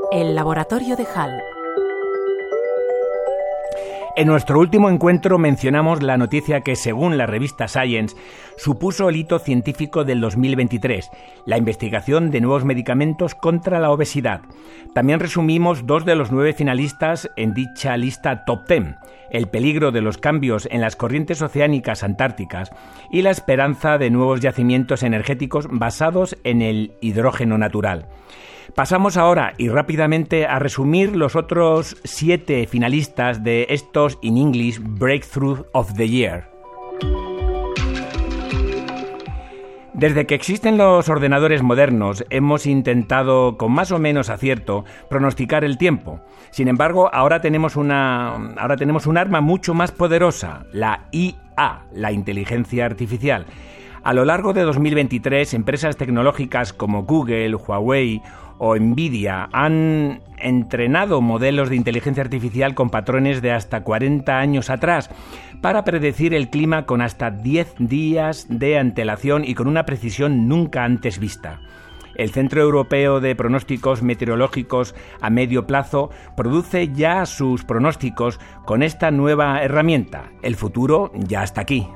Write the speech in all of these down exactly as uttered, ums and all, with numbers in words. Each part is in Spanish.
El laboratorio de Hall. En nuestro último encuentro mencionamos la noticia que, según la revista Science, supuso el hito científico del dos mil veintitrés, la investigación de nuevos medicamentos contra la obesidad. También resumimos dos de los nueve finalistas en dicha lista Top diez, el peligro de los cambios en las corrientes oceánicas antárticas y la esperanza de nuevos yacimientos energéticos basados en el hidrógeno natural. Pasamos ahora y rápidamente a resumir los otros siete finalistas de estos In English Breakthrough of the Year. Desde que existen los ordenadores modernos, hemos intentado, con más o menos acierto, pronosticar el tiempo. Sin embargo, ahora tenemos una, ahora tenemos un arma mucho más poderosa, la I A, la inteligencia artificial. A lo largo de dos mil veintitrés, empresas tecnológicas como Google, Huawei o Nvidia han entrenado modelos de inteligencia artificial con patrones de hasta cuarenta años atrás para predecir el clima con hasta diez días de antelación y con una precisión nunca antes vista. El Centro Europeo de Pronósticos Meteorológicos a Medio Plazo produce ya sus pronósticos con esta nueva herramienta. El futuro ya está aquí.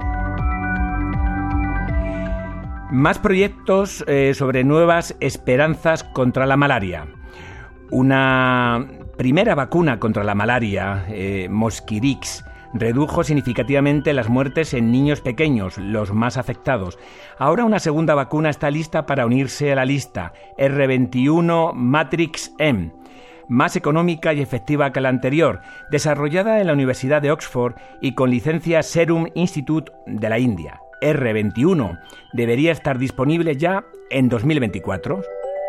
Más proyectos eh, sobre nuevas esperanzas contra la malaria. Una primera vacuna contra la malaria, eh, Mosquirix, redujo significativamente las muertes en niños pequeños, los más afectados. Ahora una segunda vacuna está lista para unirse a la lista, R veintiuno Matrix M. Más económica y efectiva que la anterior, desarrollada en la Universidad de Oxford y con licencia Serum Institute de la India. R veintiuno debería estar disponible ya en dos mil veinticuatro.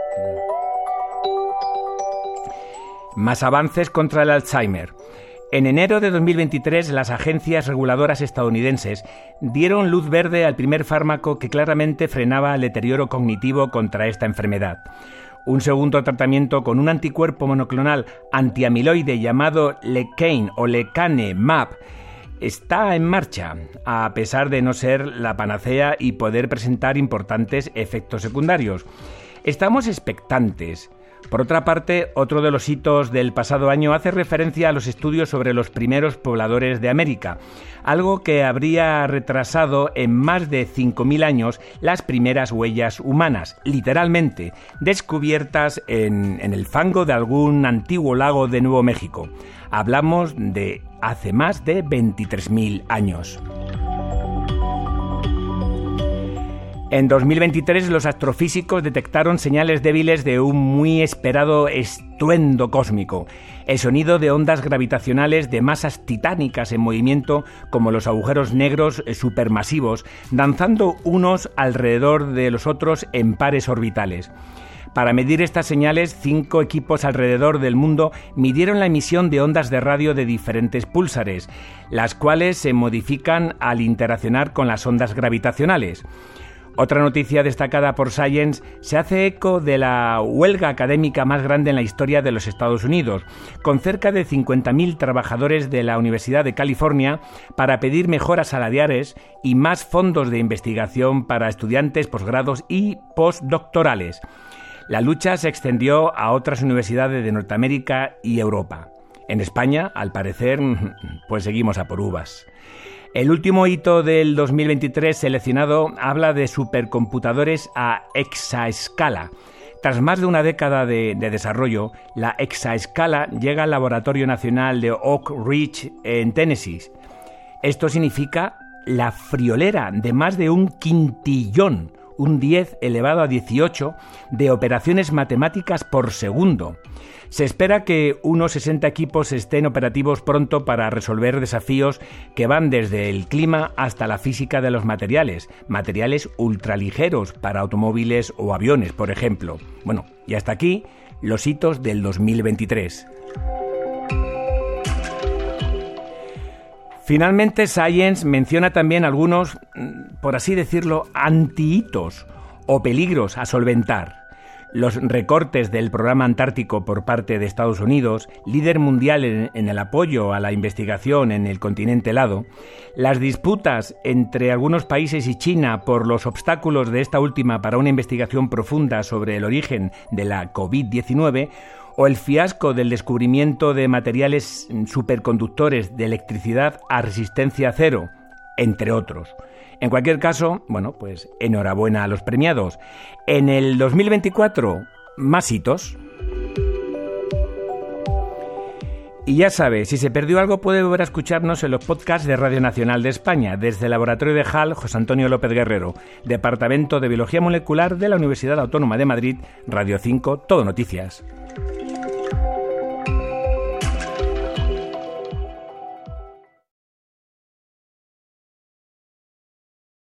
Más avances contra el Alzheimer. En enero de dos mil veintitrés, las agencias reguladoras estadounidenses dieron luz verde al primer fármaco que claramente frenaba el deterioro cognitivo contra esta enfermedad. Un segundo tratamiento con un anticuerpo monoclonal antiamiloide llamado Lecain o Lecanemab está en marcha, a pesar de no ser la panacea y poder presentar importantes efectos secundarios. Estamos expectantes. Por otra parte, otro de los hitos del pasado año hace referencia a los estudios sobre los primeros pobladores de América, algo que habría retrasado en más de cinco mil años las primeras huellas humanas, literalmente, descubiertas en, en el fango de algún antiguo lago de Nuevo México. Hablamos de hace más de veintitrés mil años. En dos mil veintitrés los astrofísicos detectaron señales débiles de un muy esperado estruendo cósmico, el sonido de ondas gravitacionales de masas titánicas en movimiento como los agujeros negros supermasivos, danzando unos alrededor de los otros en pares orbitales. Para medir estas señales, cinco equipos alrededor del mundo midieron la emisión de ondas de radio de diferentes púlsares, las cuales se modifican al interaccionar con las ondas gravitacionales. Otra noticia destacada por Science se hace eco de la huelga académica más grande en la historia de los Estados Unidos, con cerca de cincuenta mil trabajadores de la Universidad de California para pedir mejoras salariales y más fondos de investigación para estudiantes posgrados y postdoctorales. La lucha se extendió a otras universidades de Norteamérica y Europa. En España, al parecer, pues seguimos a por uvas. El último hito del dos mil veintitrés seleccionado habla de supercomputadores a exaescala. Tras más de una década de, de desarrollo, la exaescala llega al Laboratorio Nacional de Oak Ridge en Tennessee. Esto significa la friolera de más de un quintillón, un diez elevado a dieciocho, de operaciones matemáticas por segundo. Se espera que unos sesenta equipos estén operativos pronto para resolver desafíos que van desde el clima hasta la física de los materiales, materiales ultraligeros para automóviles o aviones, por ejemplo. Bueno, y hasta aquí los hitos del dos mil veintitrés. Finalmente, Science menciona también algunos, por así decirlo, antihitos o peligros a solventar. los recortes del programa antártico por parte de Estados Unidos, líder mundial en, en el apoyo a la investigación en el continente helado, las disputas entre algunos países y China por los obstáculos de esta última para una investigación profunda sobre el origen de la covid diecinueve, o el fiasco del descubrimiento de materiales superconductores de electricidad a resistencia cero, entre otros. En cualquier caso, bueno, pues enhorabuena a los premiados. En el dos mil veinticuatro, más hitos. Y ya sabe, si se perdió algo puede volver a escucharnos en los podcasts de Radio Nacional de España, desde el Laboratorio de H A L José Antonio López Guerrero, Departamento de Biología Molecular de la Universidad Autónoma de Madrid, Radio cinco, Todo Noticias.